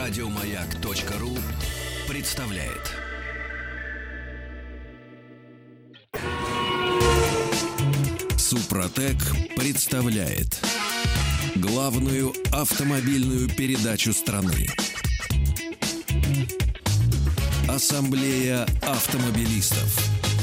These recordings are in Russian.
Радиомаяк.ру представляет. Супротек представляет главную автомобильную передачу страны. Ассамблея автомобилистов.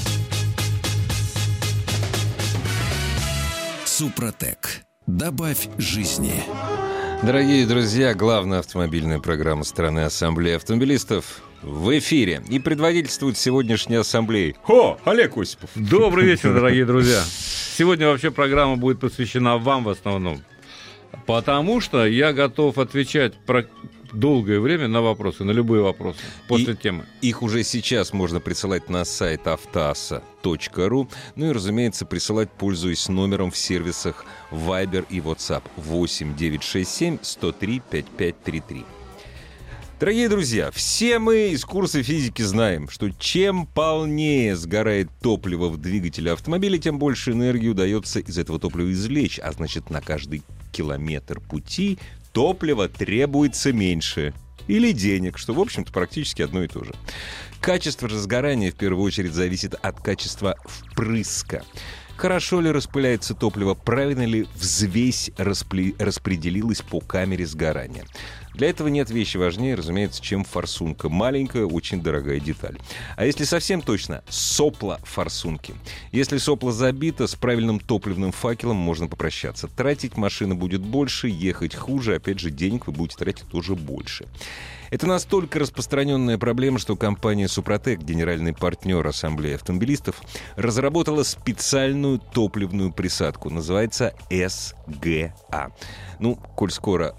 Супротек. Добавь жизни. Дорогие друзья, главная автомобильная программа страны Ассамблея автомобилистов в эфире. И предводительствует сегодняшней ассамблеи Олег Осипов. Добрый вечер, дорогие друзья. Сегодня вообще программа будет посвящена вам в основном. Потому что я готов отвечать долгое время на вопросы, на любые вопросы после темы. Их уже сейчас можно присылать на сайт автоаса.ру. Ну и, разумеется, присылать, пользуясь номером в сервисах Viber и WhatsApp 8 967 103 5533. Дорогие друзья, все мы из курса физики знаем, что чем полнее сгорает топливо в двигателе автомобиля, тем больше энергии удается из этого топлива извлечь, а значит, на каждый километр пути топлива требуется меньше. Или денег, что, в общем-то, практически одно и то же. Качество разгорания, в первую очередь, зависит от качества впрыска. Хорошо ли распыляется топливо, правильно ли взвесь распределилась по камере сгорания. Для этого нет вещи важнее, разумеется, чем форсунка. Маленькая, очень дорогая деталь. А если совсем точно, сопла форсунки. Если сопла забита, с правильным топливным факелом можно попрощаться. Тратить машина будет больше, ехать хуже, опять же, денег вы будете тратить тоже больше. Это настолько распространенная проблема, что компания «Супротек», генеральный партнер Ассамблеи автомобилистов, разработала специальную топливную присадку. Называется СГА. Ну, коль скоро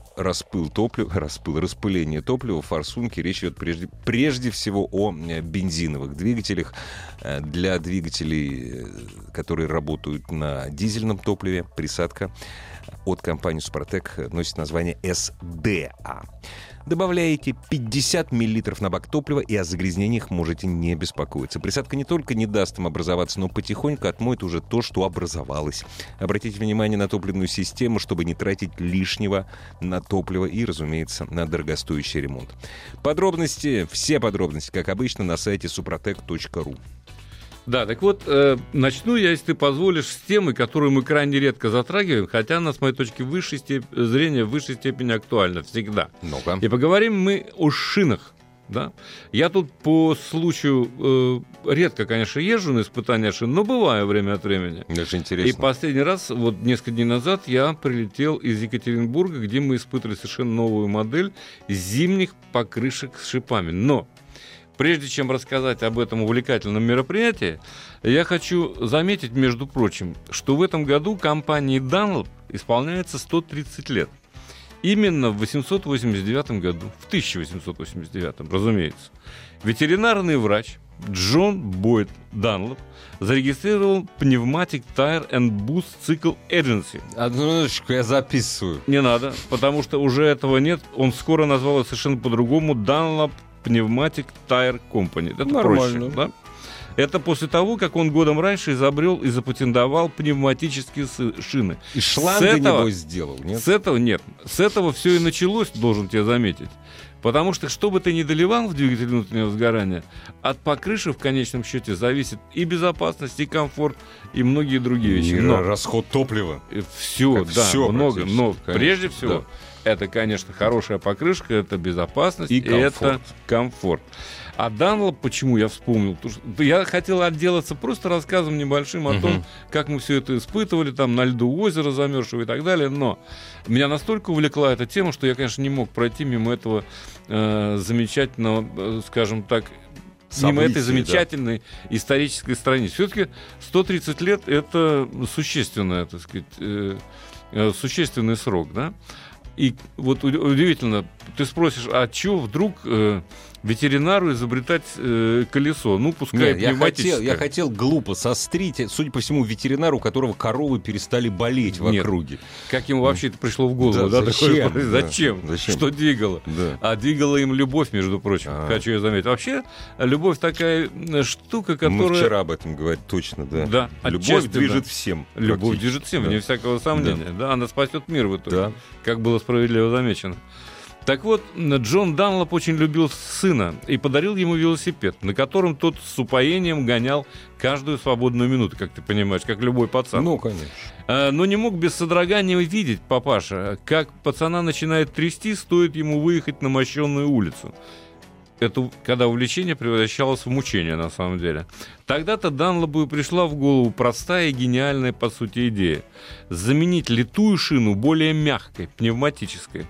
распыление топлива, форсунки, речь идет прежде всего о бензиновых двигателях. Для двигателей, которые работают на дизельном топливе, присадка от компании «Супротек» носит название СДА. Добавляете 50 мл на бак топлива, и о загрязнениях можете не беспокоиться. Присадка не только не даст им образоваться, но потихоньку отмоет уже то, что образовалось. Обратите внимание на топливную систему, чтобы не тратить лишнего на топливо и, разумеется, на дорогостоящий ремонт. Все подробности, как обычно, на сайте suprotec.ru. Да, так вот, начну я, если ты позволишь, с темы, которую мы крайне редко затрагиваем, хотя она, с моей точки зрения, в высшей степени актуальна всегда. Ну-ка. И поговорим мы о шинах. Да? Я тут по случаю редко, конечно, езжу на испытания шин, но бываю время от времени. Даже интересно. И последний раз, вот несколько дней назад, я прилетел из Екатеринбурга, где мы испытывали совершенно новую модель зимних покрышек с шипами. Но прежде чем рассказать об этом увлекательном мероприятии, я хочу заметить, между прочим, что в этом году компании Dunlop исполняется 130 лет. Именно в 1889 году, разумеется, ветеринарный врач Джон Бойд Данлоп зарегистрировал Pneumatic Tire and Boost Cycle Agency. Одну минуточку, я записываю. Не надо, потому что уже этого нет. Он скоро назвал это совершенно по-другому. Dunlop Pneumatic Tire Company. Это нормально. Проще, да? Это после того, как он годом раньше изобрел и запатентовал пневматические шины. И шланги, небось, сделал, нет? С этого все и началось, должен тебе заметить. Потому что, что бы ты ни доливал в двигатель внутреннего сгорания, от покрышек в конечном счете зависит и безопасность, и комфорт, и многие другие вещи. И расход топлива. Все, да, все много. Но конечно, прежде всего, это, конечно, хорошая покрышка, это безопасность, и это комфорт. А Dunlop, почему я вспомнил? Потому что я хотел отделаться просто рассказом небольшим о том, как мы все это испытывали, там на льду озера замерзшего и так далее, но меня настолько увлекла эта тема, что я, конечно, не мог пройти мимо этого замечательного, скажем так, мимо этой замечательной исторической страницы. Все-таки 130 лет — это существенный, так сказать, существенный срок, да? И вот удивительно, ты спросишь, а чего вдруг ветеринару изобретать колесо? Ну, пускай пневматическое. Я хотел глупо сострить, судя по всему, ветеринару, у которого коровы перестали болеть в округе. Как ему вообще это пришло в голову? Да, зачем? Что двигало? Да. А двигала им любовь, между прочим, хочу я заметить. Вообще, любовь такая штука, которая... Мы вчера об этом говорили, точно, да. Да, любовь движет всем. Любовь движет всем, вне всякого сомнения. Да, она спасет мир в итоге, как было справедливо замечено. Так вот, Джон Данлоп очень любил сына и подарил ему велосипед, на котором тот с упоением гонял каждую свободную минуту, как ты понимаешь, как любой пацан. Ну, конечно. Но не мог без содрогания видеть, папаша, как пацана начинает трясти, стоит ему выехать на мощенную улицу. Это когда увлечение превращалось в мучение, на самом деле. Тогда-то Данлопу пришла в голову простая и гениальная, по сути, идея. Заменить литую шину более мягкой, пневматической.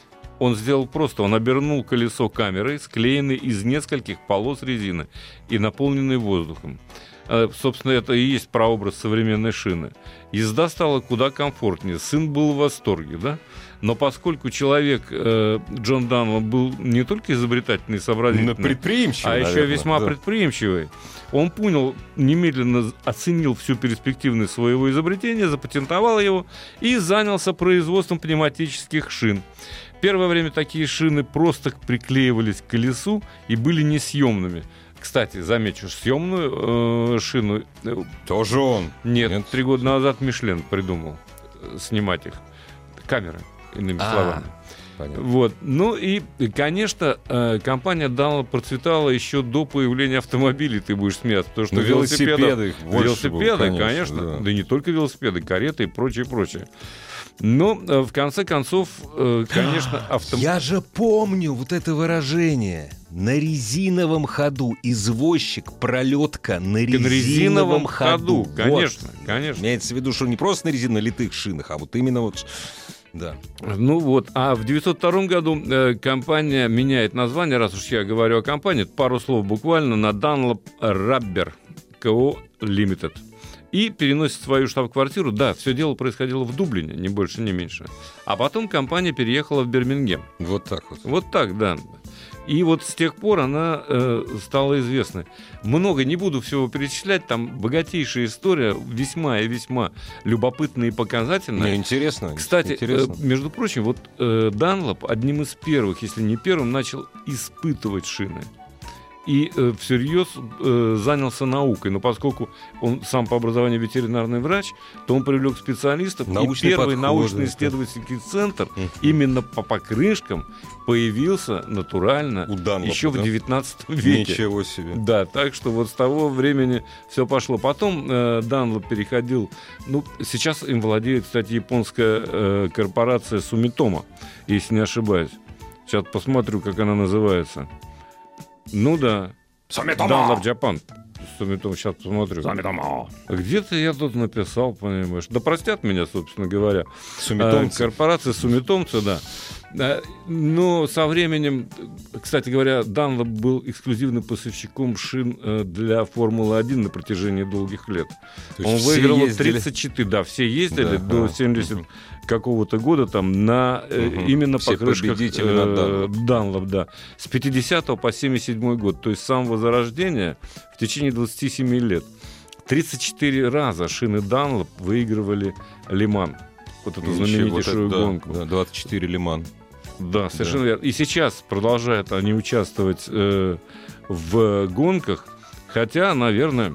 Он сделал просто, он обернул колесо камерой, склеенной из нескольких полос резины и наполненной воздухом. Собственно, это и есть прообраз современной шины. Езда стала куда комфортнее, сын был в восторге, да? Но поскольку человек, Джон Данлоп, был не только изобретательный и сообразительный, предприимчивый, а еще наверное, весьма да. предприимчивый, он понял, немедленно оценил всю перспективность своего изобретения, запатентовал его и занялся производством пневматических шин. Первое время такие шины просто приклеивались к колесу и были несъемными. Кстати, замечу, съемную шину... Тоже он. Нет, 3 года назад Мишлен придумал снимать их. Камеры, иными словами. Понятно. Вот. Ну и, конечно, компания Dunlop процветала еще до появления автомобилей, ты будешь смеяться, потому что велосипеды их больше велосипеды, было, конечно, да. да и не только велосипеды, кареты и прочее, прочее. Но, в конце концов, конечно, Я же помню вот это выражение. На резиновом ходу. Извозчик, пролетка на резиновом ходу. Конечно, Вот. конечно. Имеется в виду, что не просто на налитых шинах, а вот именно вот... Да. Ну вот, а в 1902 году компания меняет название, раз уж я говорю о компании, пару слов буквально, на Dunlop Rubber Co. Limited. И переносит свою штаб-квартиру. Да, все дело происходило в Дублине, ни больше, ни меньше. А потом компания переехала в Бирмингем. Вот так вот. Вот так, да. И вот с тех пор она стала известной. Много, не буду всего перечислять, там богатейшая история, весьма и весьма любопытная и показательная. Мне интересно. Кстати, интересно. между прочим, вот Данлоп одним из первых, если не первым, начал испытывать шины. И всерьез занялся наукой. Но поскольку он сам по образованию ветеринарный врач, то он привлек специалистов. Научный и первый подход, научно-исследовательский центр именно по покрышкам появился натурально У Данлопа, еще в да? 19 веке. Ничего себе. Да, так что вот с того времени все пошло. Потом Данлоп переходил... Ну, сейчас им владеет, кстати, японская корпорация Сумитомо, если не ошибаюсь. Сейчас посмотрю, как она называется. Ну да. Dunlop Japan. Сумитомо, сейчас посмотрю. Где-то я тут написал, понимаешь. Да простят меня, собственно говоря. Сумитомцы. Корпорация Сумитомцы, да. Но со временем, кстати говоря, Dunlop был эксклюзивным поставщиком шин для Формулы-1 на протяжении долгих лет. То есть Он все выиграл ездили? 34, да, все ездили Да, до 70 какого-то года там на именно Все покрышках победители на Dunlop, да. С 50 по 77 год, то есть с самого зарождения в течение 27 лет. 34 раза шины Dunlop выигрывали Лиман. Вот эту знаменитейшую гонку. Да, 24 Лиман. Да, совершенно верно. И сейчас продолжают они участвовать в гонках, хотя, наверное,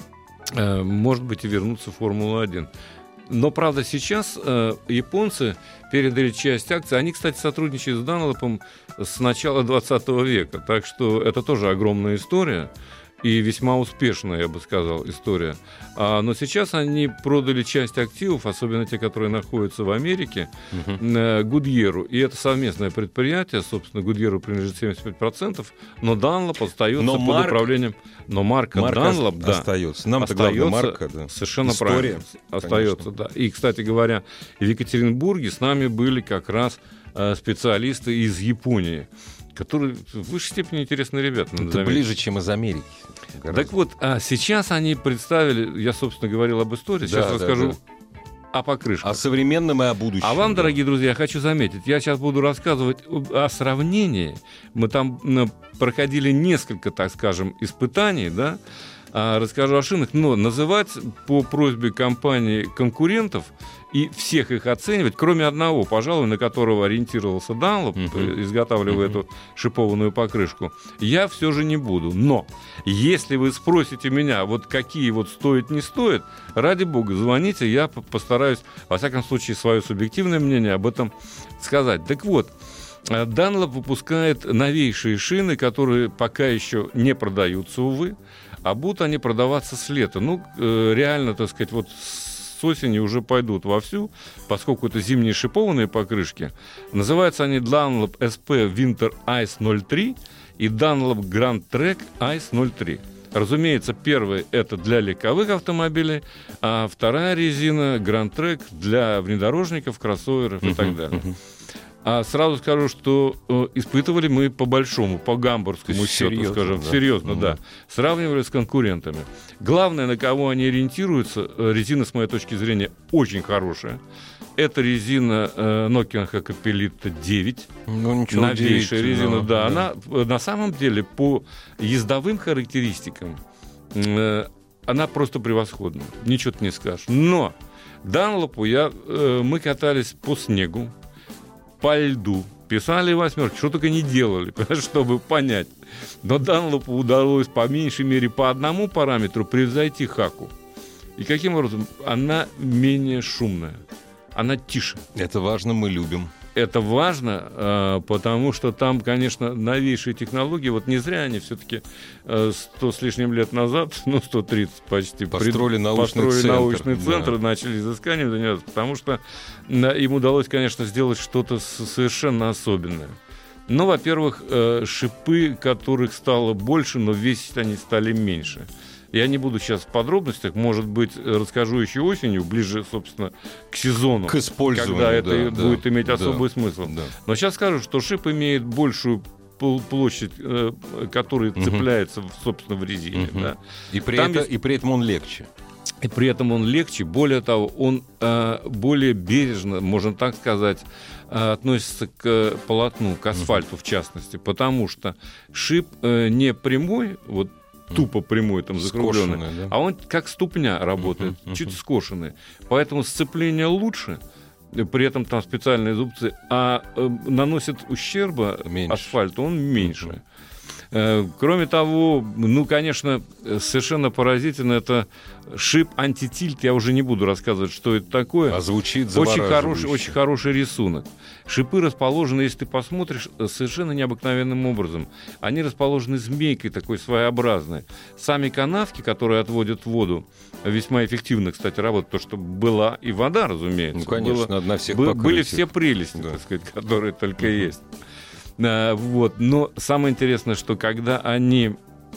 может быть, и вернуться в Формулу-1. Но, правда, сейчас японцы передали часть акций. Они, кстати, сотрудничают с Данлопом с начала 20 века. Так что это тоже огромная история. И весьма успешная, я бы сказал, история. Но сейчас они продали часть активов, особенно те, которые находятся в Америке, Гудьеру. И это совместное предприятие. Собственно, Гудьеру принадлежит 75%, но Данлоп остается под управлением... Но марка Данлоп, да, остается. Нам-то главная марка, да. Совершенно История, правильно. Остается, да. И, кстати говоря, в Екатеринбурге с нами были как раз специалисты из Японии, которые в высшей степени интересные ребята. Это ближе, чем из Америки. Гораздо. Так вот, сейчас они представили, я, собственно, говорил об истории, сейчас расскажу о покрышках. О современном и о будущем. А вам, дорогие друзья, хочу заметить, я сейчас буду рассказывать о сравнении. Мы там проходили несколько, так скажем, испытаний, да, расскажу о шинах, но называть по просьбе компании конкурентов и всех их оценивать, кроме одного, пожалуй, на которого ориентировался Данлоп, изготавливая эту шипованную покрышку, я все же не буду. Но если вы спросите меня, вот какие вот стоят, не стоят, ради бога, звоните, я постараюсь, во всяком случае, свое субъективное мнение об этом сказать. Так вот, Dunlop выпускает новейшие шины, которые пока еще не продаются, увы, а будут они продаваться с лета. Ну, реально, так сказать, вот с осени уже пойдут вовсю, поскольку это зимние шипованные покрышки. Называются они Dunlop SP Winter Ice 03 и Dunlop Grand Trek Ice 03. Разумеется, первый это для легковых автомобилей, а вторая резина Grand Trek для внедорожников, кроссоверов и так далее. А сразу скажу, что испытывали мы по-большому, по гамбургскому счету, скажем, серьезно, да. Сравнивали с конкурентами. Главное, на кого они ориентируются, резина, с моей точки зрения, очень хорошая. Это резина Nokian Hakkapeliitta 9. Новейшая резина, да. Она на самом деле по ездовым характеристикам она просто превосходна. Ничего ты не скажешь. Но Данлопу мы катались по снегу, по льду, писали восьмерки, что только не делали, чтобы понять. Но Данлопу удалось по меньшей мере по одному параметру превзойти Хаку. И каким образом? Она менее шумная, она тише. Это важно, мы любим. Это важно, потому что там, конечно, новейшие технологии. Вот не зря они все-таки 100 с лишним лет назад, 130 почти, построили научный центр, начали изысканием заниматься, потому что им удалось, конечно, сделать что-то совершенно особенное. Ну, во-первых, шипы, которых стало больше, но весить они стали меньше. Я не буду сейчас в подробностях, может быть, расскажу еще осенью, ближе, собственно, к сезону, к использованию, когда это будет иметь особый смысл. Да. Но сейчас скажу, что шип имеет большую площадь, которая цепляется, собственно, в резине. Да. И при этом он легче. И при этом он легче. Более того, он более бережно, можно так сказать, относится к полотну, к асфальту в частности, потому что шип не прямой, вот тупо прямой, там, закругленный, да? А он как ступня работает, чуть скошенный. Поэтому сцепление лучше, при этом там специальные зубцы, а наносит ущерба асфальту он меньше. Кроме того, ну, конечно, совершенно поразительно, это шип антитильт, я уже не буду рассказывать, что это такое. А звучит завораживающе. Очень хороший рисунок. Шипы расположены, если ты посмотришь, совершенно необыкновенным образом. Они расположены змейкой такой своеобразной. Сами канавки, которые отводят воду, весьма эффективно, кстати, работают, потому что была и вода, разумеется. Ну, конечно, на всех покрытиях. Были все прелести, да, так сказать, которые только есть. Вот. Но самое интересное, что когда они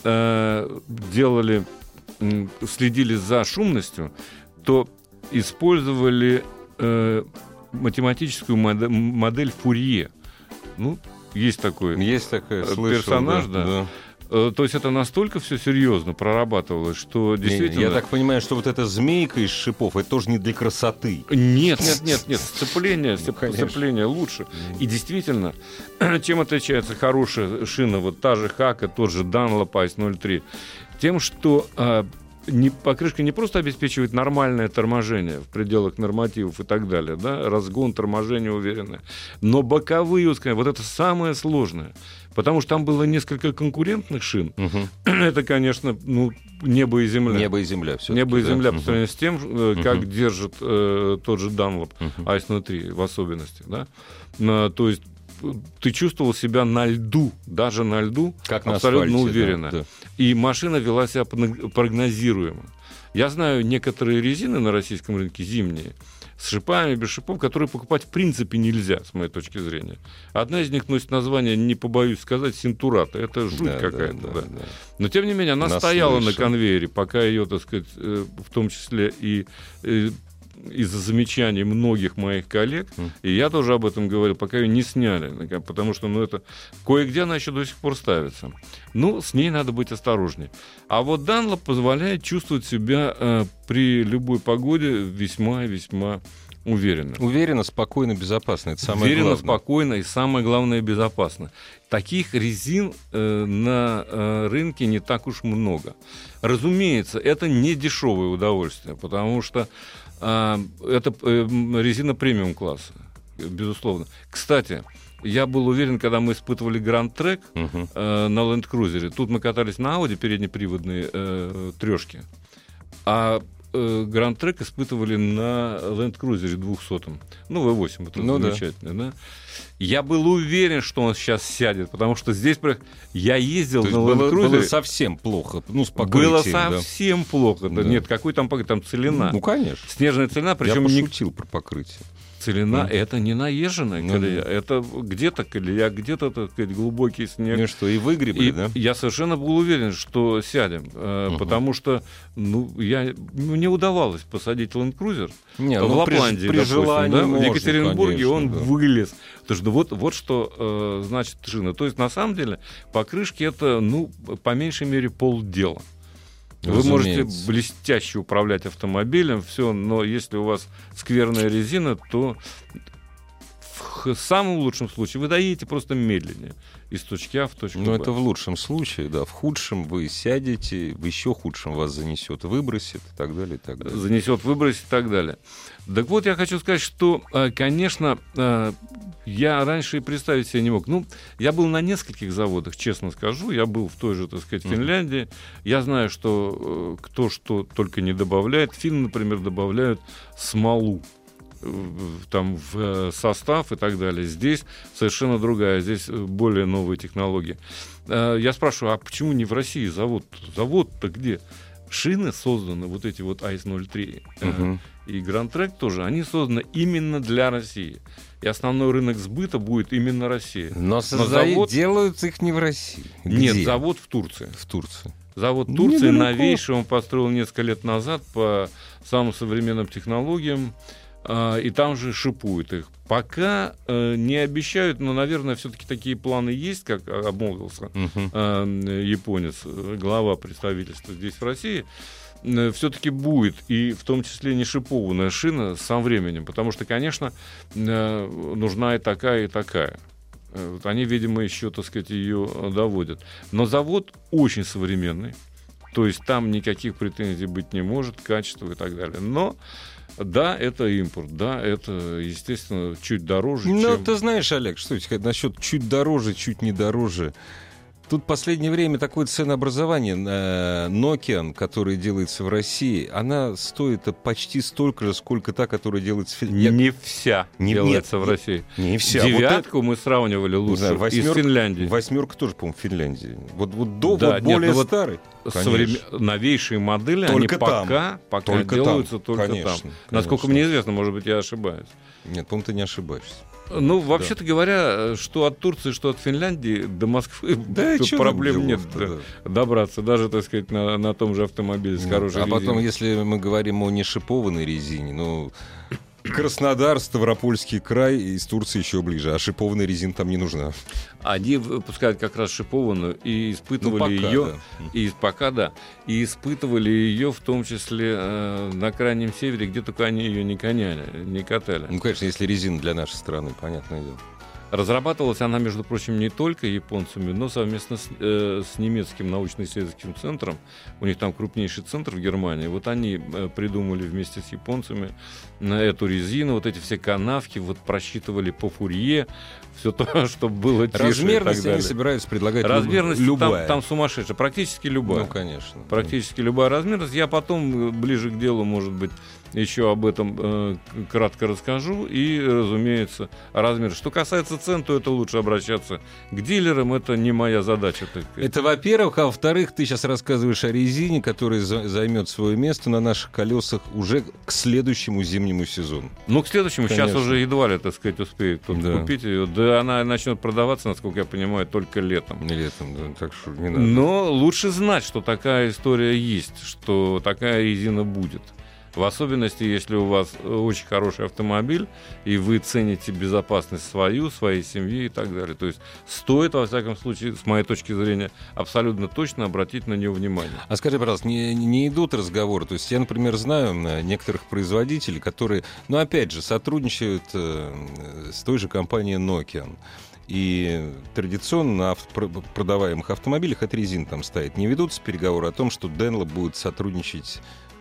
следили за шумностью, то использовали математическую модель Фурье. Ну, есть такой персонаж, да. То есть это настолько все серьезно прорабатывалось, что действительно... Я так понимаю, что вот эта змейка из шипов, это тоже не для красоты. Нет, сцепление лучше. И действительно, чем отличается хорошая шина, вот та же Хака, тот же Dunlop Ice 03, тем, что покрышка не просто обеспечивает нормальное торможение в пределах нормативов и так далее, да, разгон, торможение уверенное, но боковые ускорения, вот это самое сложное. Потому что там было несколько конкурентных шин. Это, конечно, небо и земля. Небо и земля. Небо и земля по сравнению с тем, как держит тот же Dunlop Ice 03 в особенности. Да? То есть ты чувствовал себя на льду, даже на льду, как абсолютно на асфальте, уверенно. Да. И машина вела себя прогнозируемо. Я знаю некоторые резины на российском рынке зимние, с шипами, без шипов, которые покупать в принципе нельзя, с моей точки зрения. Одна из них носит название, не побоюсь сказать, Синтурата. Это жуть какая-то. Да. Но, тем не менее, она стояла на конвейере, пока ее, так сказать, в том числе и из-за замечаний многих моих коллег, и я тоже об этом говорил, пока ее не сняли, потому что это кое-где она еще до сих пор ставится. С ней надо быть осторожнее. А вот Dunlop позволяет чувствовать себя при любой погоде весьма-весьма уверенно. Уверенно, спокойно, безопасно. Это самое уверенно, главное. Спокойно и самое главное безопасно. Таких резин на рынке не так уж много. Разумеется, это не дешевое удовольствие, потому что это резина премиум-класса, безусловно. Кстати, я был уверен, когда мы испытывали Grand Trek на Land Cruiser. Тут мы катались на Audi переднеприводные трешки. А Grand Trek испытывали на Land Cruiser 200-м. Ну, V8, это замечательно, да. Я был уверен, что он сейчас сядет, потому что здесь я ездил на Land Cruiser. Было совсем плохо, с покрытием. Было совсем плохо. Да. Нет, какой там покрытие? Там целина. Ну, конечно. Снежная целина, причем я пошутил про покрытие. Целина — это не наезженная колея. Это где-то колея, где-то, так сказать, глубокий снег. Ну что, и выгребли, да? Я совершенно был уверен, что сядем, потому что мне удавалось посадить Land Cruiser в Лапландии, при желании, допустим, в Екатеринбурге, конечно, он вылез. Потому что вот что значит шина. То есть, на самом деле, покрышки — это, по меньшей мере, полдела. Вы можете блестяще управлять автомобилем, все, но если у вас скверная резина, то в самом лучшем случае вы доедете просто медленнее из точки А в точку Б. Это в лучшем случае, да. В худшем вы сядете, в еще худшем вас занесет, выбросит и так далее, и так далее. Занесет, выбросит и так далее. Так вот, я хочу сказать, что, конечно, я раньше и представить себе не мог. Я был на нескольких заводах, честно скажу. Я был в той же, так сказать, Финляндии. Я знаю, что кто что только не добавляет. Финны, например, добавляют смолу там в состав и так далее. Здесь совершенно другая, здесь более новые технологии. Я спрашиваю, а почему не в России завод? Завод-то где? Шины созданы, вот эти вот ICE-03 и Grand Trek тоже, они созданы именно для России. И основной рынок сбыта будет именно Россия. Но делают их не в России. Где? Нет, завод в Турции. В Турции. Завод Турции новейший, он построил несколько лет назад по самым современным технологиям. И там же шипуют их. Пока не обещают, но, наверное, все-таки такие планы есть, как обмолвился японец, глава представительства здесь, в России. Все-таки будет, и в том числе не шипованная шина со временем, потому что, конечно, нужна и такая, и такая. Вот они, видимо, еще, так сказать, ее доводят. Но завод очень современный, то есть там никаких претензий быть не может, качество и так далее. Но да, это импорт, да, это, естественно, чуть дороже, чем... ты знаешь, Олег, что сказать насчет чуть дороже, чуть не дороже. Тут в последнее время такое ценообразование. Nokian, которая делается в России, она стоит почти столько же, сколько та, которая делается в Финляндии. Не вся делается в России. Не вся. Девятку мы сравнивали лучше из Финляндии. Восьмерка тоже, по-моему, в Финляндии. Более старый. Новейшие модели, только они пока делаются только там. Насколько мне известно, может быть, я ошибаюсь. Нет, по-моему, ты не ошибаешься. Вообще-то говоря, что от Турции, что от Финляндии до Москвы тут проблем нет добраться, даже, так сказать, на том же автомобиле с хорошей резиной. А потом, если мы говорим о нешипованной резине, Краснодар, Ставропольский край, из Турции еще ближе, а шипованная резина там не нужна. Они выпускают как раз шипованную и испытывали ее, и испытывали ее в том числе на Крайнем Севере, где только они ее не катали. Конечно, если резина для нашей страны, понятное дело. Разрабатывалась она, между прочим, не только японцами, но совместно с немецким научно-исследовательским центром. У них там крупнейший центр в Германии. Вот они придумали вместе с японцами эту резину, вот эти все канавки, просчитывали по Фурье, все то, что было тише. Размерность они собираются предлагать любая. Там сумасшедшая, практически любая. Конечно. Практически любая размерность. Я потом, ближе к делу, может быть, еще об этом кратко расскажу. И, разумеется, размер. Что касается цен, то это лучше обращаться к дилерам. Это не моя задача. Это, во-первых. А во-вторых, ты сейчас рассказываешь о резине, которая займет свое место на наших колесах уже к следующему зимнему сезону. К следующему. Конечно. Сейчас уже едва ли, так сказать, успеет купить ее. Да, она начнет продаваться, насколько я понимаю, только летом. Летом, да. Так что не надо. Но лучше знать, что такая история есть, что такая резина будет. В особенности, если у вас очень хороший автомобиль, и вы цените безопасность своей семьи и так далее. То есть стоит, во всяком случае, с моей точки зрения, абсолютно точно обратить на нее внимание. А скажи, пожалуйста, не идут разговоры? То есть я, например, знаю некоторых производителей, которые, опять же, сотрудничают с той же компанией Nokian. И традиционно на продаваемых автомобилях от резин там стоит. Не ведутся переговоры о том, что Dunlop будет сотрудничать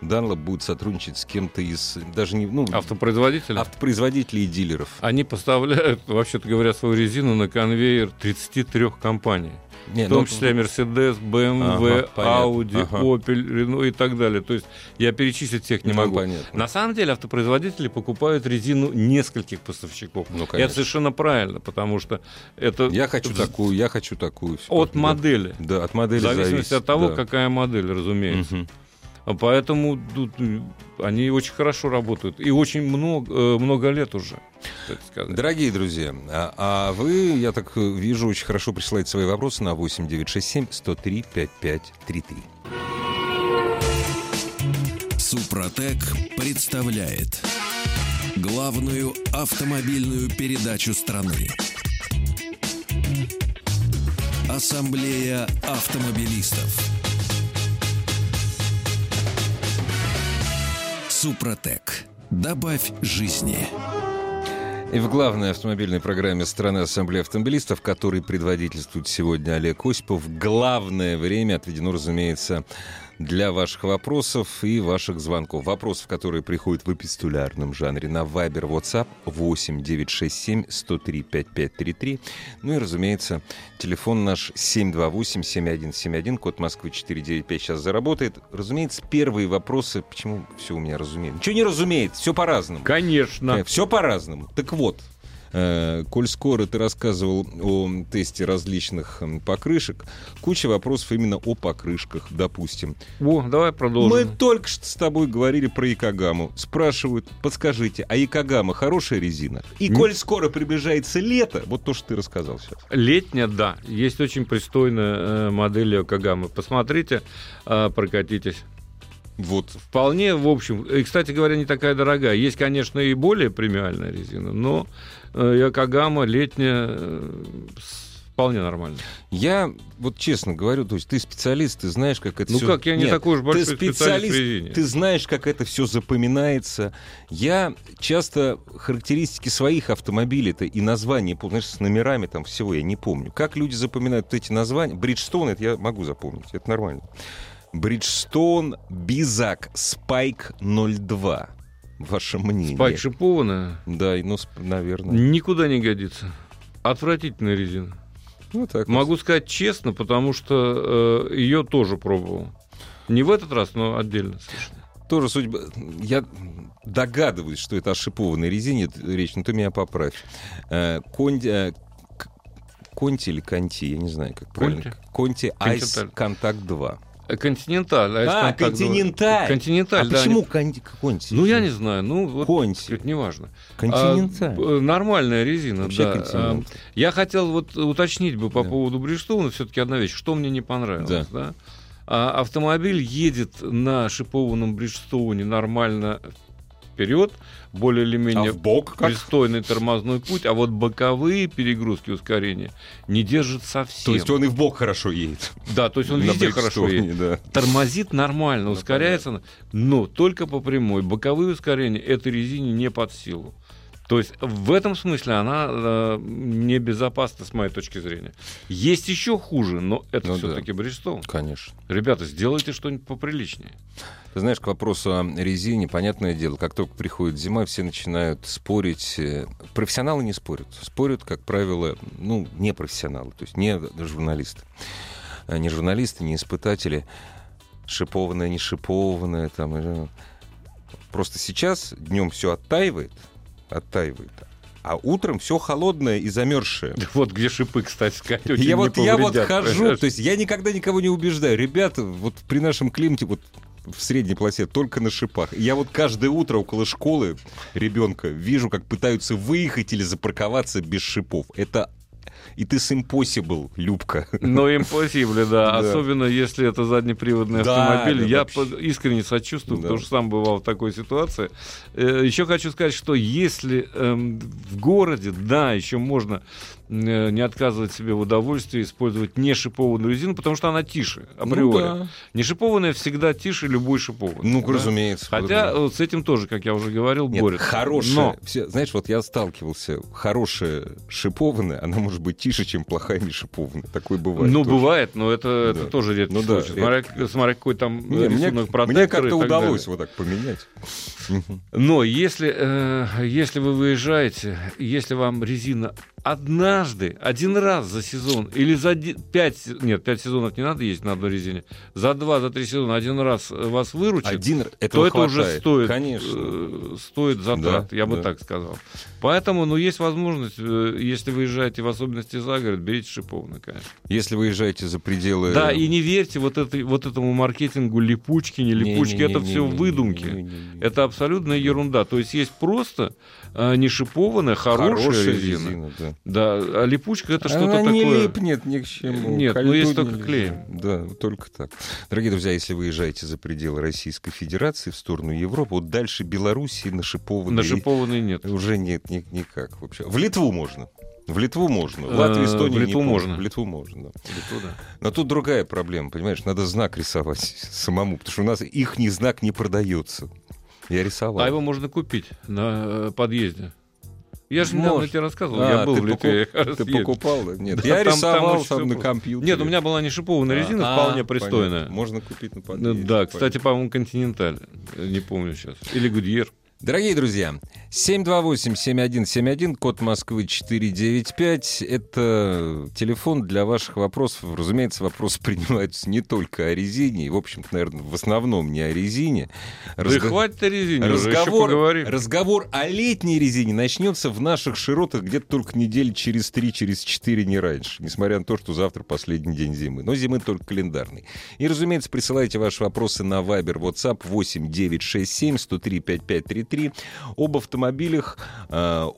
с кем-то из даже не автопроизводителей и дилеров. Они поставляют, вообще-то говоря, свою резину на конвейер 33 компаний. В том числе Mercedes, BMW, Audi, Opel, Renault и так далее. То есть я перечислить всех не могу. Понятно. На самом деле автопроизводители покупают резину нескольких поставщиков. Это совершенно правильно, потому что это... Я хочу такую, я хочу такую. От модели. Да, от модели в зависимости от того, какая модель, разумеется. Поэтому тут они очень хорошо работают. И очень много лет уже, так сказать. Дорогие друзья, а вы, я так вижу, очень хорошо присылаете свои вопросы на 8 967 103 5533. Супротек представляет главную автомобильную передачу страны. Ассамблея автомобилистов. Супротек. Добавь жизни. И в главной автомобильной программе страны Ассамблеи автомобилистов, которой предводительствует сегодня Олег Осипов, главное время отведено, разумеется, для ваших вопросов и ваших звонков. Вопросов, которые приходят в эпистолярном жанре на Viber, WhatsApp 8 967 103 5533. Ну и, разумеется, телефон наш 728-7171, код Москвы 495 сейчас заработает. Разумеется, первые вопросы... Почему все у меня разумеется? Ничего не разумеется, все по-разному. Конечно. Все по-разному. Так вот, коль скоро ты рассказывал о тесте различных покрышек, куча вопросов именно о покрышках, допустим. Давай продолжим. Мы только что с тобой говорили про Якогаму. Спрашивают, подскажите, а Якогама хорошая резина? И коль скоро приближается лето, вот то, что ты рассказал сейчас. Летняя, да. Есть очень пристойная модель Якогамы. Посмотрите, прокатитесь. Вот. Вполне, в общем, и, кстати говоря, не такая дорогая. Есть, конечно, и более премиальная резина, но Якогама летняя вполне нормально. Я вот честно говорю, то есть ты специалист, ты знаешь, как это все... Ну как, я не такой уж большой специалист в резине. Ты знаешь, как это все запоминается. Я часто характеристики своих автомобилей-то и названия, знаешь, с номерами там всего я не помню. Как люди запоминают вот эти названия? Бриджстон, это я могу запомнить, это нормально. Бриджстон, Бизак, Спайк 02. Ваше мнение? Спайк шипованная? Да, ну, наверное. Никуда не годится. Отвратительная резина. Ну, так могу сказать честно, потому что ее тоже пробовал. Не в этот раз, но отдельно совершенно. Тоже судьба. Я догадываюсь, что это о шипованной резине речь, но ты меня поправь. Конти или Конти, я не знаю, как правильно. Конти Айс Контакт 2. Континенталь. Континенталь. Континенталь, да. Почему Конти? Ну, я не знаю. Ну, вот, Конти. Это не важно. Континенталь. Нормальная резина, вообще да. Я хотел вот уточнить бы по поводу Бриджстоуна все-таки одна вещь. Что мне не понравилось, да? Автомобиль едет на шипованном Бриджстоуне нормально вперед, более или менее пристойный тормозной путь, а вот боковые перегрузки ускорения не держит совсем. То есть он и в бок хорошо едет. Да, то есть он везде хорошо едет. Да. Тормозит нормально, ускоряется, но только по прямой. Боковые ускорения этой резине не под силу. То есть в этом смысле она небезопасна, с моей точки зрения. Есть еще хуже, но это все-таки Бриджстоун. Конечно. Ребята, сделайте что-нибудь поприличнее. Ты знаешь, к вопросу о резине, понятное дело, как только приходит зима, все начинают спорить. Профессионалы не спорят. Спорят, как правило, не профессионалы, то есть не журналисты. Не журналисты, не испытатели. Шипованное, не шипованное. Там. Просто сейчас днем все оттаивает, а утром все холодное и замерзшее. Вот где шипы, кстати сказать, очень я не повредят. Хожу, то есть я никогда никого не убеждаю. Ребята, вот при нашем климате, вот в средней полосе только на шипах. Я вот каждое утро около школы ребенка вижу, как пытаются выехать или запарковаться без шипов. Это it is impossible, Любка. Но impossible, да. Особенно если это заднеприводный автомобиль. Я искренне сочувствую, потому что сам бывал в такой ситуации. Еще хочу сказать, что если в городе, еще можно не отказывать себе в удовольствии использовать не шипованную резину, потому что она тише, априори. Не шипованная всегда тише любой шипованной. Разумеется. Хотя с этим тоже, как я уже говорил, борются. Хорошая. Знаешь, вот я сталкивался. Хорошая шипованная, она может может быть тише, чем плохая нешипованная. Такое бывает. Ну, тоже. бывает, но это тоже редкий Ну да, случай. Смотря какой там рисунок протектора. Мне как-то удалось вот так поменять. Но если вы выезжаете, если вам резина однажды, один раз за сезон, или за 5 сезонов не надо ездить на одной резине, за 2-3 сезона один раз вас выручит, то это уже стоит затрат, я бы так сказал. Поэтому, есть возможность, если выезжаете в особенности за город, берите шипованную, конечно. Если выезжаете за пределы... Да, и не верьте вот этому маркетингу липучки, не липучки, это все выдумки. Это абсолютная ерунда. То есть просто не шипованная, хорошая резина. Да, а липучка — это что-то такое... не липнет ни к чему. Нет, есть только клеем. Да, только так. Дорогие друзья, если вы выезжаете за пределы Российской Федерации в сторону Европы, вот дальше Белоруссии нашипованной нет. Уже нет никак вообще. В Литву можно. В Латвию, Эстонию в Литву можно. В Литву можно, да. Да. Но тут другая проблема, понимаешь? Надо знак рисовать самому, потому что у нас ихний знак не продается. Я рисовал. А его можно купить на подъезде. Я же недавно тебе рассказывал, я был в Литве. Ты покупал? Нет, да, я рисовал там на компьютере. Нет, у меня была не шипованная резина, вполне пристойная. Понятно. Можно купить на подъезде. Да, кстати, по-моему, Континенталь. Не помню сейчас. Или Гудьер. Дорогие друзья, 728-7171, код Москвы 495. Это телефон для ваших вопросов. Разумеется, вопросы принимаются не только о резине. И, в общем-то, наверное, в основном не о резине. Да хватит о резине, уже еще поговорим. Разговор о летней резине начнется в наших широтах где-то только недели через 3, через 4, не раньше. Несмотря на то, что завтра последний день зимы. Но зимы только календарный. И, разумеется, присылайте ваши вопросы на Viber, WhatsApp 8 967 103 5533 об автомобилях, об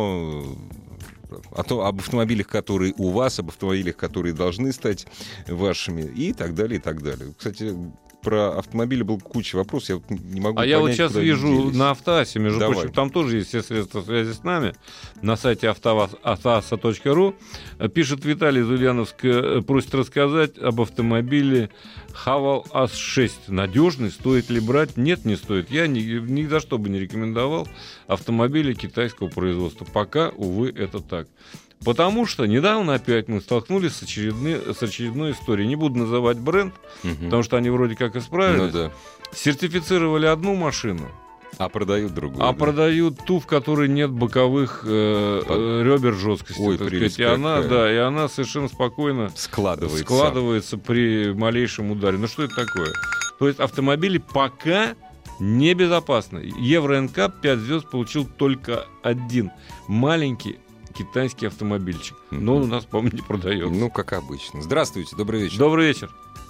автомобилях, которые у вас, об автомобилях, которые должны стать вашими, и так далее, и так далее. Кстати, про автомобили был куча вопросов, я вот не могу понять, я вот сейчас вижу на Автоассе, между Давай. прочим, там тоже есть все средства связи с нами, на сайте автоаса.ру. Пишет Виталий из Ульяновска, просит рассказать об автомобиле Haval AS6. Надежный, стоит ли брать? Нет, не стоит. Я ни за что бы не рекомендовал автомобили китайского производства. Пока, увы, это так. Потому что недавно опять мы столкнулись с очередной историей. Не буду называть бренд, потому что они вроде как исправились. Ну, да. Сертифицировали одну машину, а продают другую. Продают ту, в которой нет боковых ребер жесткости. Ой, так прелесть сказать. какая. И она совершенно спокойно складывается при малейшем ударе. Ну что это такое? То есть автомобили пока небезопасны. Евро НК 5 звезд получил только один маленький китайский автомобильчик. Но он у нас, по-моему, не продается. Ну, как обычно. Здравствуйте, добрый вечер. Добрый вечер.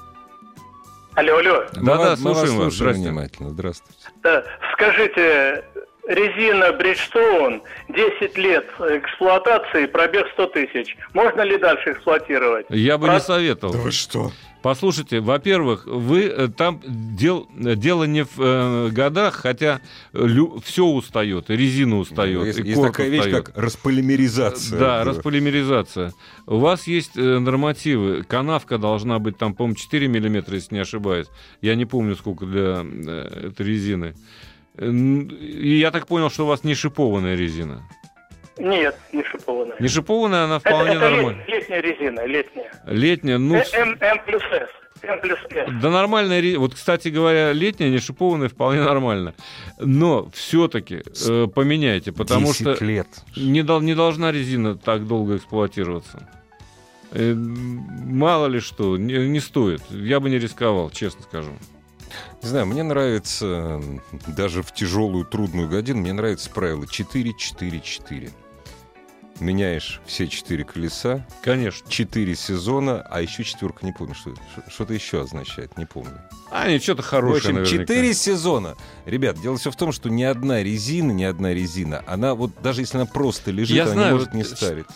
Алло. Да, слушаем вас. Здравствуйте. Внимательно. Здравствуйте. Скажите, резина Bridgestone, 10 лет эксплуатации, пробег 100 тысяч. Можно ли дальше эксплуатировать? Я бы не советовал. Да вы что? Послушайте, во-первых, вы там дело не в годах, хотя все устает, и резина устает, есть такая вещь, как располимеризация. Да, располимеризация. У вас есть нормативы. Канавка должна быть там, по-моему, 4 миллиметра, если не ошибаюсь. Я не помню, сколько для этой резины. И я так понял, что у вас не шипованная резина. Нет, не шипованная. Не шипованная, она вполне нормальная. Летняя резина, летняя. Летняя, ну... М плюс С. Да нормальная резина. Вот, кстати говоря, летняя, не шипованная, вполне нормально. Но все-таки поменяйте, потому что лет. Не должна резина так долго эксплуатироваться. Мало ли что, не стоит. Я бы не рисковал, честно скажу. Не знаю, мне нравится, даже в тяжелую, трудную годину, мне нравится правило 4-4-4. Меняешь все 4 колеса. Конечно. 4 сезона, а еще 4, не помню, что-то еще означает, не помню. Что-то хорошее, в общем, наверняка. 4 сезона. Ребят, дело все в том, что ни одна резина, она вот даже если она просто лежит, она не может не стариться.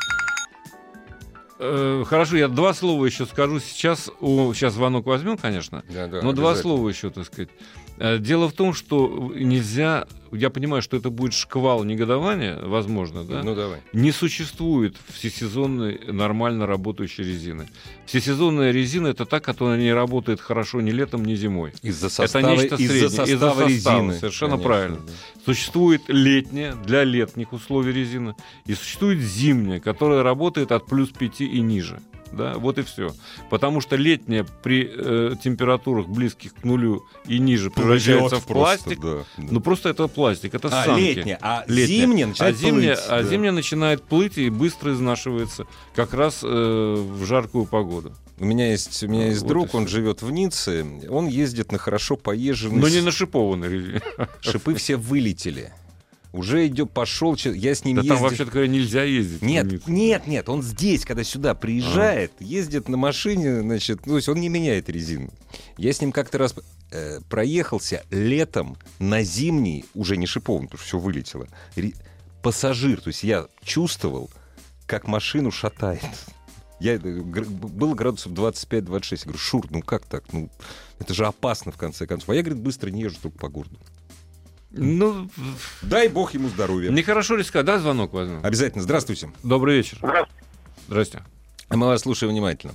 Хорошо, я 2 слова еще скажу. Сейчас звонок возьмем, конечно, но 2 слова еще, так сказать. Дело в том, что нельзя... Я понимаю, что это будет шквал негодования, возможно, да? Ну, давай. Не существует всесезонной нормально работающей резины. Всесезонная резина — это та, которая не работает хорошо ни летом, ни зимой. Из-за состава, это нечто среднее. из-за состава резины. Совершенно Конечно, правильно. да. Существует летняя, для летних условий резина, и существует зимняя, которая работает от плюс 5 и ниже. Да, вот и все. Потому что летняя при температурах близких к нулю и ниже превращается в пластик. Да. Ну просто это пластик, это санки. Летняя, зимняя начинает плыть. Зимняя начинает плыть и быстро изнашивается как раз в жаркую погоду. У меня есть вот друг, он живет в Ницце, он ездит на хорошо поезженной... Но не на шипованной резине. Шипы все вылетели. Уже пошел, я с ним да ездил. Там, вообще-то говоря, нельзя ездить. Нет, он здесь, когда сюда приезжает, ездит на машине, значит, то есть он не меняет резину. Я с ним как-то раз проехался летом на зимний, уже не шипованный, потому что все вылетело, пассажир, то есть я чувствовал, как машину шатает. Было градусов 25-26. Я говорю, Шур, ну как так? Ну, это же опасно, в конце концов. А я, говорит, быстро не езжу только по городу. Ну, дай бог ему здоровья. Нехорошо рисковать. Да, звонок возьмем? Обязательно. Здравствуйте. Добрый вечер. Здрасте. Мы вас слушаем внимательно.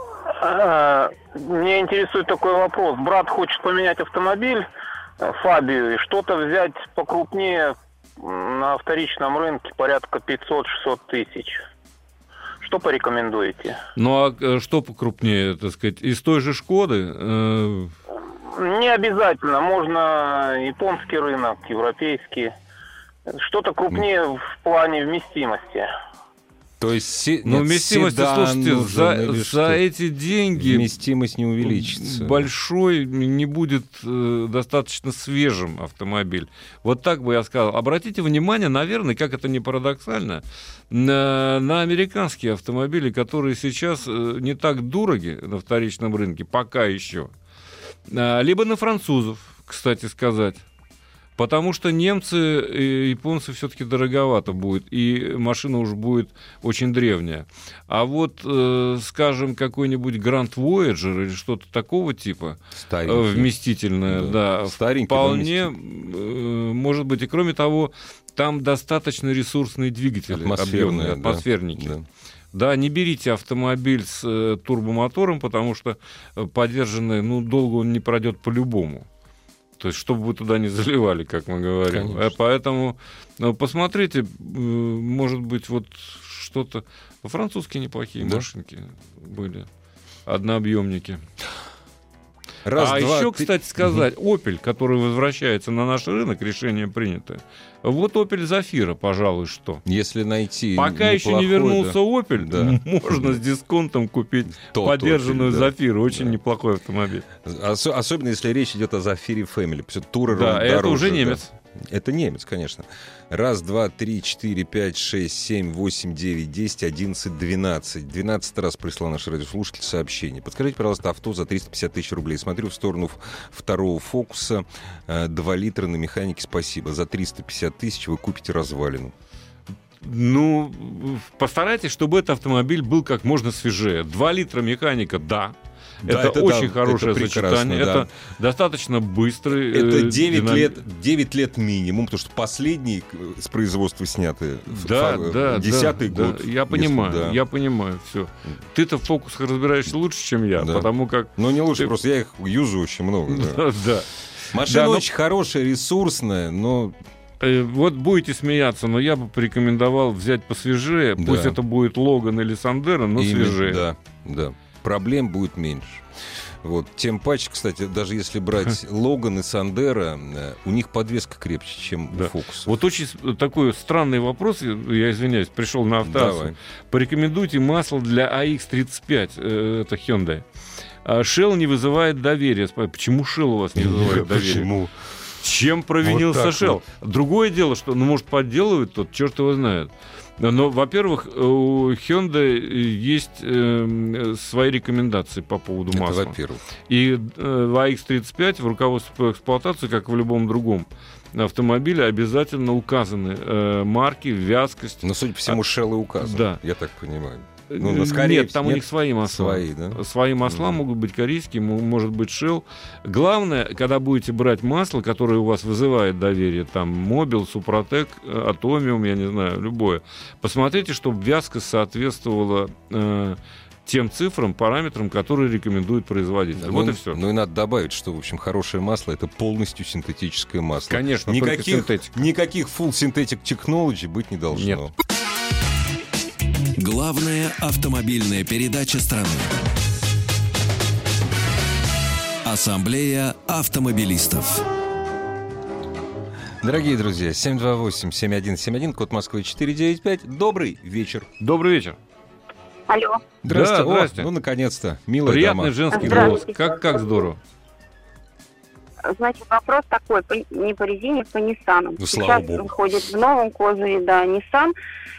Меня интересует такой вопрос. Брат хочет поменять автомобиль Фабию и что-то взять покрупнее на вторичном рынке, порядка 500-600 тысяч. Что порекомендуете? Ну, а что покрупнее, так сказать, из той же «Шкоды»? Не обязательно. Можно японский рынок, европейский. Что-то крупнее в плане вместимости. То есть, вместимость, слушайте, за эти деньги вместимость не увеличится. Большой не будет достаточно свежим автомобиль. Вот так бы я сказал. Обратите внимание, наверное, как это не парадоксально, на американские автомобили, которые сейчас не так дороги на вторичном рынке, пока еще. Либо на французов, кстати сказать. Потому что немцы и японцы все-таки дороговато будет, и машина уж будет очень древняя. А вот, скажем, какой-нибудь Grand Voyager или что-то такого типа, вместительное, да, вполне может быть. И кроме того, там достаточно ресурсные двигатели, объемные, атмосферники. Да. Да, не берите автомобиль с турбомотором, потому что подержанный, долго он не пройдет по-любому. То есть, чтобы вы туда не заливали, как мы говорим. Конечно. Поэтому посмотрите, может быть, вот что-то... Французские неплохие машинки были, однообъемники. Еще, кстати сказать, Opel, который возвращается на наш рынок, решение принято. Вот Opel Zafira, пожалуй, что. Если найти пока еще не вернулся Opel, можно с дисконтом купить подержанную Zafira. Очень неплохой автомобиль. Особенно, если речь идет о Zafira Family. Tourer, да, это уже немец. Это немец, конечно. 1, 2, 3, 4, 5, 6, 7, 8, 9, 10, 11, 12. 12 раз прислал наш радиослушатель сообщение. Подскажите, пожалуйста, авто за 350 тысяч рублей. Смотрю в сторону второго Фокуса. 2 литра на механике, спасибо. За 350 тысяч вы купите развалину. Постарайтесь, чтобы этот автомобиль был как можно свежее. 2 литра механика, да. Это очень хорошее сочетание. Да. Это достаточно быстрый. Это 9 лет минимум, потому что последний с производства снятый. Да, 10-й год. Да. Я понимаю, все. Ты-то в фокусах разбираешься лучше, чем я, потому как... не лучше, просто я их юзаю очень много. Да. Машина очень хорошая, ресурсная, но... Вот будете смеяться, но я бы порекомендовал взять посвежее. Да. Пусть это будет Логан или Сандеро, но свежее. Да. Проблем будет меньше. Вот. Тем паче, кстати, даже если брать Логан и Сандеро, у них подвеска крепче, чем у Фокуса. Вот очень такой странный вопрос, я извиняюсь, пришел на Автоассу. Порекомендуйте масло для AX35, это Hyundai. Shell не вызывает доверия. Почему Shell у вас не вызывает доверия? Почему? Чем провинился Shell? Другое дело, что, может, подделывают, тот черт его знает. Но, во-первых, у Hyundai есть свои рекомендации по поводу масла. Это во-первых. И в AX35 в руководстве по эксплуатации, как в любом другом автомобиле, обязательно указаны марки, вязкость. Но, судя по всему, Shell и указан. Да. Я так понимаю. Нет, там у них свои масла. Свои, да? Свои масла могут быть корейские, может быть Shell. Главное, когда будете брать масло, которое у вас вызывает доверие, там Mobil, Супротек, Atomium, я не знаю, любое, посмотрите, чтобы вязкость соответствовала тем цифрам, параметрам, которые рекомендует производитель. Вот и все. Ну и надо добавить, что, в общем, хорошее масло — это полностью синтетическое масло. Конечно, только синтетика. Никаких full synthetic technology быть не должно. Нет. Главная автомобильная передача страны. Ассамблея автомобилистов. Дорогие друзья, 728-7171, код Москвы 495. Добрый вечер. Добрый вечер. Алло. Здравствуйте. Да, здрасте. Ну, наконец-то. Милая Приятный дама. женский голос. Здравствуйте. Как здорово. Значит, вопрос такой, не по резине, по Ниссану. Ну, слава Сейчас богу. выходит в новом кузове, да, Nissan,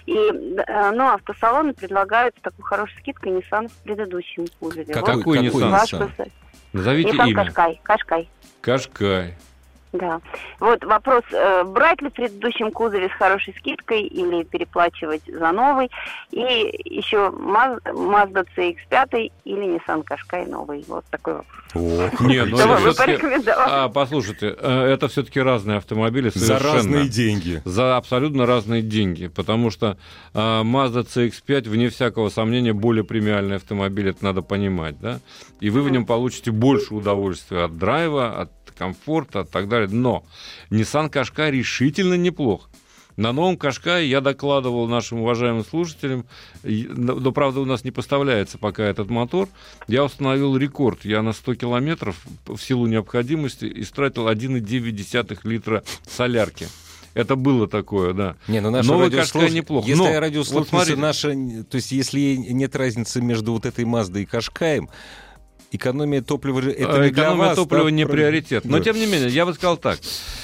но автосалоны предлагают с такой хорошей скидкой Nissan в предыдущем кузове. Какой Nissan? Ваш Nissan? кузов. Назовите Nissan имя. Кашкай. Кашкай. Да. Вот вопрос, брать ли в предыдущем кузове с хорошей скидкой или переплачивать за новый. И еще Mazda CX-5 или Nissan Qashqai новый. Вот такой вопрос. Нет, ну Что это вы все-таки... порекомендовали? Послушайте, это все-таки разные автомобили За совершенно. разные деньги. За абсолютно разные деньги, потому что Mazda CX-5, вне всякого сомнения, более премиальный автомобиль, это надо понимать, да? И вы в нем получите больше удовольствия от драйва, от комфорта и так далее. Но Nissan Qashqai решительно неплох. На новом Qashqai я докладывал нашим уважаемым слушателям, но, правда, у нас не поставляется пока этот мотор. Я установил рекорд. Я на 100 километров в силу необходимости истратил 1,9 литра солярки. Это было такое, да. Не, ну Новый Qashqai неплохо. Если Но, радиослушательница вот наша, то есть если нет разницы между вот этой Маздой и Qashqai'ем, экономия топлива это не для экономия вас, топлива да, не приоритет. Но, да. тем не менее, я бы сказал так.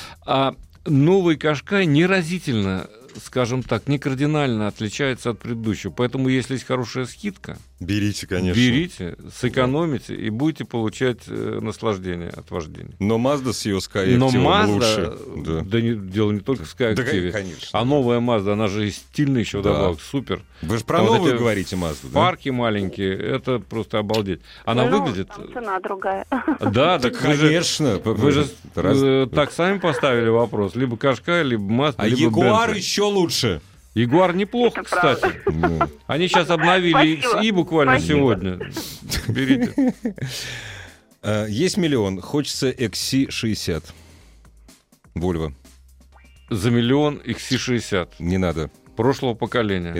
Новый Qashqai неразительно, скажем так, не кардинально отличается от предыдущего. Поэтому, если есть хорошая скидка, Берите, конечно. берите, сэкономите и будете получать наслаждение от вождения. Но Mazda с ее Skyactiv Но Mazda, лучше. Да. дело не только в Skyactiv, конечно. а новая Mazda, она же и стильная еще Да. добавок, супер. Вы же про А вот новую эти говорите Mazda, да? Парки маленькие, это просто обалдеть. Она Ну, выглядит... там цена другая. Да, Так, так вы же... конечно. Вы же Раз- так сами поставили вопрос. Либо Qashqai, либо Mazda, А либо Jaguar Bentley. еще лучше. Ягуар неплохо, Это кстати. правда. Ну. Они сейчас обновили Спасибо. XI буквально Спасибо. сегодня. Берите. Есть миллион, хочется XC60. Volvo. За миллион XC60 Не надо. прошлого поколения.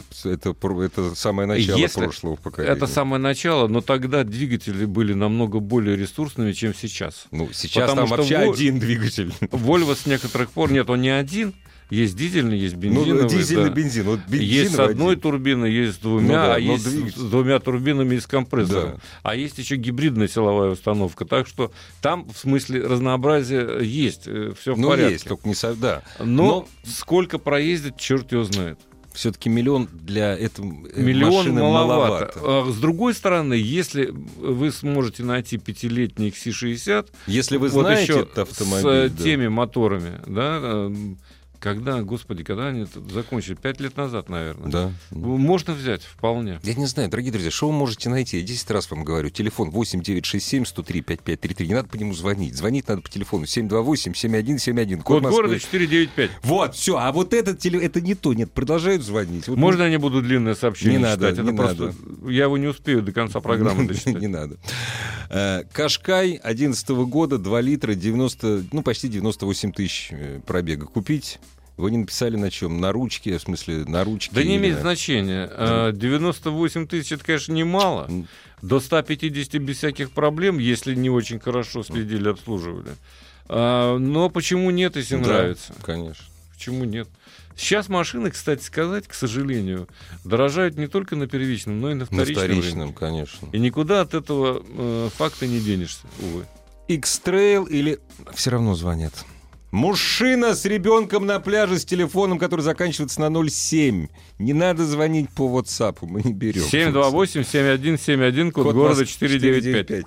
Это самое начало Если прошлого поколения. Это самое начало, но тогда двигатели были намного более ресурсными, чем сейчас. Ну, сейчас Потому там что вообще Vol- один двигатель. Volvo с некоторых пор... Нет, он не один. Есть дизельный, есть Ну, бензиновый. дизельный да. бензин. Вот Есть с бензиновый одной один. турбиной, есть с двумя, Ну да, а но есть двигатель. с двумя турбинами и с компрессором. Да. А есть еще гибридная силовая установка. Так что там, в смысле, разнообразие есть. Все в Ну, порядке. есть, только не да. Но сколько проездит, черт его знает. Все-таки миллион для этого Миллион машины маловато. маловато. С другой стороны, если вы сможете найти 5-летний XC60, Если вы вот знаете еще этот автомобиль, с да. теми моторами, да, когда они это закончили? 5 лет назад, наверное. Да. Можно взять вполне. Я не знаю, дорогие друзья, что вы можете найти? Я 10 раз вам говорю. Телефон 8-967-103-5533. Не надо по нему звонить. Звонить надо по телефону 728-7171. Код Москвы. города 495. Вот, все. А вот этот это не то. Нет, продолжают звонить. Вот Можно я не буду длинное сообщение Не надо, читать? не Это просто... Я его не успею до конца программы дочитать. Не надо. Qashqai 2011 года, 2 литра, 90, ну, почти 98 тысяч пробега. Купить? Вы не написали на чем? На ручке, в смысле, на ручке? Да не или имеет на- значения. 98 тысяч, это, конечно, немало. До 150 без всяких проблем, если не очень хорошо следили, обслуживали. Но почему нет, если Да, нравится? конечно. Почему нет? Сейчас машины, кстати сказать, к сожалению, дорожают не только на первичном, но и на На вторичном вторичном, рынке. конечно. И никуда от этого факта не денешься, увы. X-Trail или... Все равно звонят. Мужчина с ребенком на пляже с телефоном, который заканчивается на 07. Не надо звонить по WhatsApp, мы не берем. 728-7171, код города Москвы 495.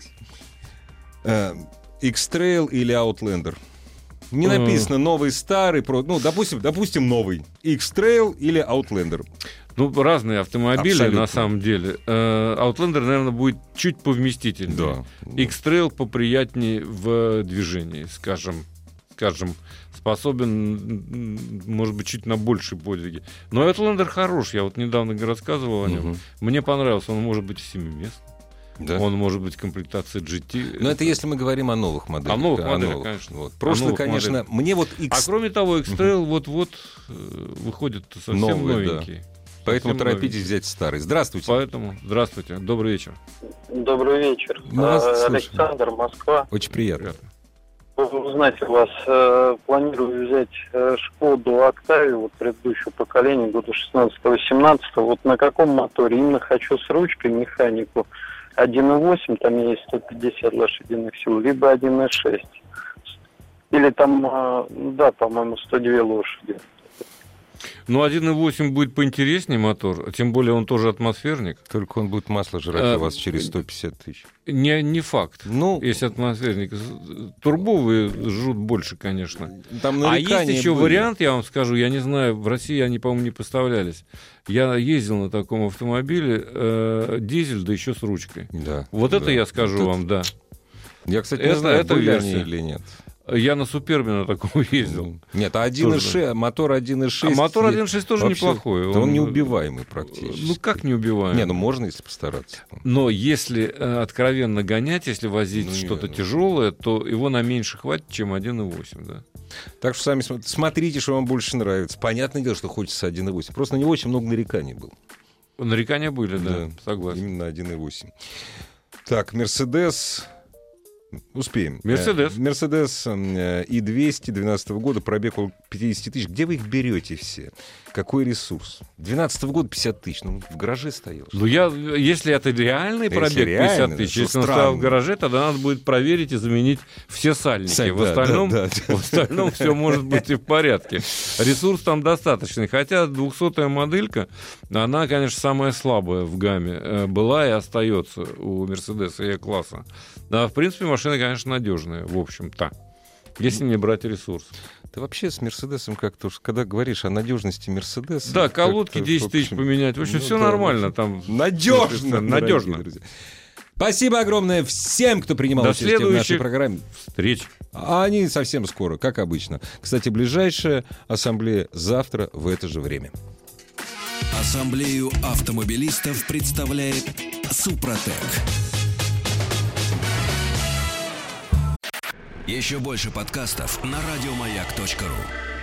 X-Trail или Outlander? Не написано новый, старый, ну, допустим, новый. X-Trail или Outlander? Ну, разные автомобили, Абсолютно. на самом деле. Outlander, наверное, будет чуть повместительнее. Да. X-Trail поприятнее в движении, скажем, способен, может быть, чуть на большие подвиги. Но Outlander хорош, я вот недавно рассказывал о нем. Мгм. Мне понравился, он может быть 7-местный. Да. Он может быть комплектации GT. Но это если мы говорим о новых моделях. О новых моделях, конечно. Вот. О Прошлое, новых конечно, моделях. мне вот А X... кроме того, X-Trail вот-вот выходит совсем Новый, новенький. Поэтому совсем торопитесь новенький. взять старый. Здравствуйте. Поэтому, здравствуйте, добрый вечер. Добрый вечер. Мы вас слушаем. Александр, Москва. Очень приятно. Узнать у вас, планирую взять Шкоду Октавию, вот предыдущего поколения, года 16-18. Вот на каком моторе? Именно хочу с ручкой механику 1.8, там есть 150 лошадиных сил, либо 1.6. Или там, да, по-моему, 102 лошади. Ну, 1.8 будет поинтереснее мотор, тем более он тоже атмосферник. Только он будет масло жрать у вас через 150 тысяч. Не факт. Ну, Если атмосферник. Турбовые жрут больше, конечно. там А нарекания есть еще были. вариант, я вам скажу, я не знаю, в России они, по-моему, не поставлялись. Я ездил на таком автомобиле, дизель, да еще с ручкой. Да, Вот да. это я скажу Вот вам, да. Я, кстати, не Это- знаю, это были они версия. или нет. Я на Супербе на таком ездил. Нет, а 1.6, мотор 1.6... А мотор 1.6 тоже вообще, неплохой. да он неубиваемый практически. Ну, как неубиваемый? Не, ну можно, если постараться. Но если откровенно гонять, если возить Ну, не, что-то ну. тяжелое, то его на меньше хватит, чем 1.8, да. Так что сами смотрите, что вам больше нравится. Понятное дело, что хочется 1.8. Просто на него очень много нареканий было. Нарекания были, да, согласен. Именно 1.8. Так, Мерседес... Успеем. Мерседес. Мерседес И200 12 года, пробег около 50 тысяч. Где вы их берете все? Какой ресурс? 12 года 50 тысяч. Ну, в гараже стоял. Ну, если это реальный Если пробег 50 реально, тысяч, то если он странно. стоял в гараже, тогда надо будет проверить и заменить все сальники. В Да, остальном, да. в остальном все может быть и в порядке. Ресурс там достаточный. Хотя 200-я моделька, она, конечно, самая слабая в гамме была и остается у Мерседеса E-класса. Да, в принципе, машина, конечно, надежная, в общем-то, если не брать ресурс. Ты вообще с Мерседесом как-то уж, когда говоришь о надежности Мерседеса... Да, колодки как-то, 10 тысяч в общем, поменять. В общем, ну все да, нормально. в общем, Там Надежно, надежно. дорогие друзья. Спасибо огромное всем, кто принимал До участие в нашей следующих программе. встреч. А они совсем скоро, как обычно. Кстати, ближайшая ассамблея завтра в это же время. Ассамблею автомобилистов представляет Супротек. Еще больше подкастов на радиомаяк.ру.